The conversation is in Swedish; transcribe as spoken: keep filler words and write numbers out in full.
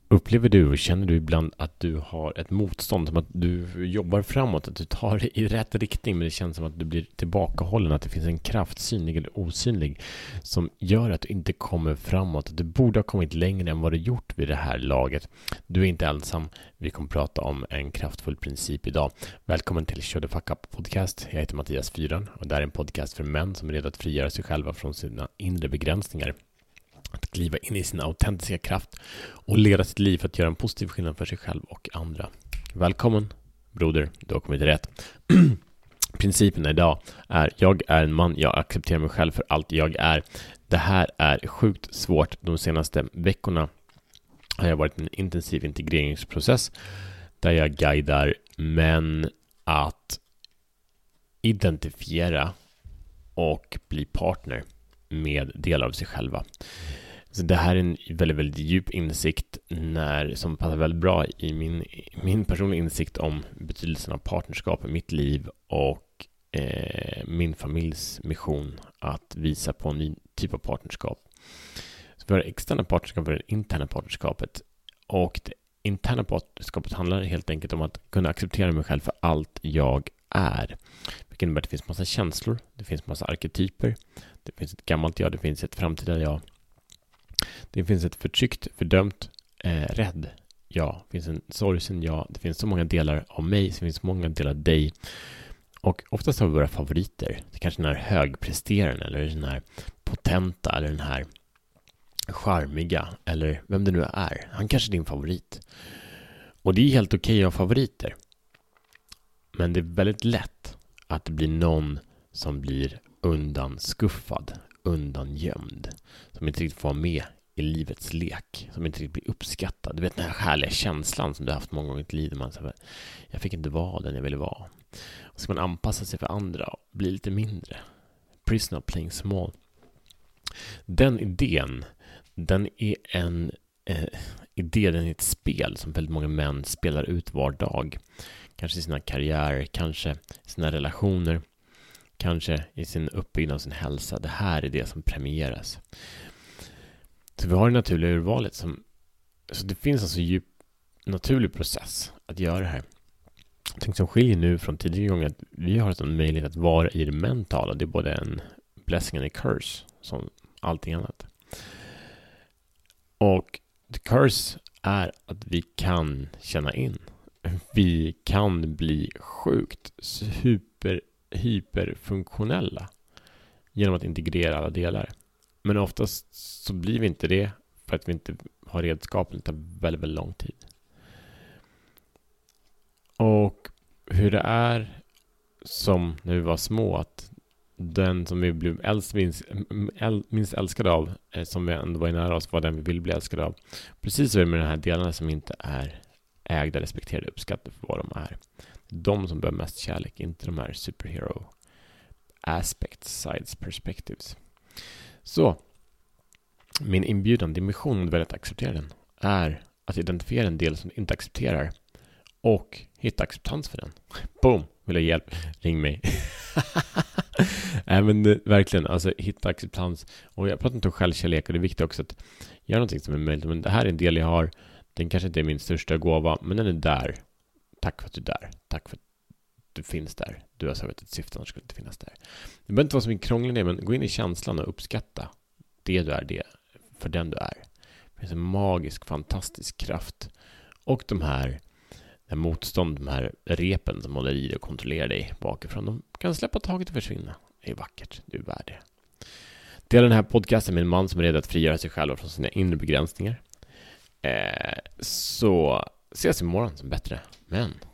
Upplever du och känner du ibland att du har ett motstånd, som att du jobbar framåt, att du tar det i rätt riktning, men det känns som att du blir tillbakahållen, att det finns en kraft, synlig eller osynlig, som gör att du inte kommer framåt, att du borde ha kommit längre än vad du gjort vid det här laget. Du är inte ensam. Vi kommer prata om en kraftfull princip idag. Välkommen till Show the Fuck Up podcast. Jag heter Mattias Fyran och det är en podcast för män som är redo att frigöra sig själva från sina inre begränsningar. Att kliva in i sin autentiska kraft och leda sitt liv för att göra en positiv skillnad för sig själv och andra. Välkommen, broder. Du har kommit rätt. Principen idag är: jag är en man, jag accepterar mig själv för allt jag är. Det här är sjukt svårt. De senaste veckorna har jag varit i en intensiv integreringsprocess där jag guidar män att identifiera och bli partner med delar av sig själva. Så det här är en väldigt, väldigt djup insikt när, som passar väldigt bra i min, min personliga insikt om betydelsen av partnerskap i mitt liv och eh, min familjs mission att visa på en ny typ av partnerskap. Så vi har externa partnerskap och det interna partnerskapet. Och det interna partnerskapet handlar helt enkelt om att kunna acceptera mig själv för allt jag är. Vilket innebär att det finns massa känslor, det finns massa arketyper, det finns ett gammalt jag, det finns ett framtida jag. Det finns ett förtryckt, fördömt, eh, rädd jag. Det finns en sorgsen jag. Det finns så många delar av mig, det finns många delar av dig. Och oftast har vi våra favoriter. Det är kanske den här högpresteraren eller den här potenta eller den här charmiga eller vem det nu är. Han kanske är din favorit. Och det är helt okej att ha favoriter. Men det är väldigt lätt att det blir någon som blir undanskuffad, undangömd, som inte riktigt får vara med i livets lek, som inte riktigt blir uppskattad. Du vet den här härliga känslan som du har haft många gånger i ditt liv. Man säger, jag fick inte vara den jag ville vara. Och ska man anpassa sig för andra och bli lite mindre. Prisoner playing small. Den idén, den är en eh, idé, den är ett spel som väldigt många män spelar ut var dag. Kanske i sina karriärer, kanske i sina relationer, kanske i sin uppbyggnad av sin hälsa. Det här är det som premieras. Så vi har det naturliga urvalet som, så det finns alltså en djup naturlig process att göra det här. Jag tänkte som skiljer nu från tidigare gånger att vi har en möjlighet att vara i det mentala. Det är både en blessing and a curse som allting annat. Och the curse är att vi kan känna in. Vi kan bli sjukt super hyperfunktionella genom att integrera alla delar. Men oftast så blir vi inte det för att vi inte har redskapen. Det tar väldigt, väldigt lång tid. Och hur det är som när vi var små, att den som vi blev äldst, minst, minst älskade av, som vi ändå var i nära oss, var den vi ville bli älskade av. Precis så är det med de här delarna som inte är ägda, respekterade, uppskattade för vad de är. De som behöver mest kärlek, inte de här superhero aspects, sides, perspectives. Så min inbjudan, din mission, om du väljer att acceptera den, är att identifiera en del som du inte accepterar och hitta acceptans för den. Boom! Vill jag hjälp? Ring mig. Nej, men det, verkligen, alltså hitta acceptans. Och jag pratar inte om självkärlek, och det är viktigt också att göra någonting som är möjligt. Men det här är en del jag har. Den kanske inte är min största gåva, men den är där. Tack för att du är där. Tack för att du finns där. Du har sagt ett syfte, annars skulle inte finnas där. Det behöver inte vara så mycket krångligt, men gå in i känslan och uppskatta det du är, det för den du är. Det finns en magisk, fantastisk kraft. Och de här, de här motstånd, de här repen som håller i dig och kontrollerar dig bakifrån, de kan släppa taget och försvinna. Det är vackert. Du är värd det. Dela den här podcasten med en man som är redo att frigöra sig själv från sina inre begränsningar. Eh, så ses imorgon som bättre. Men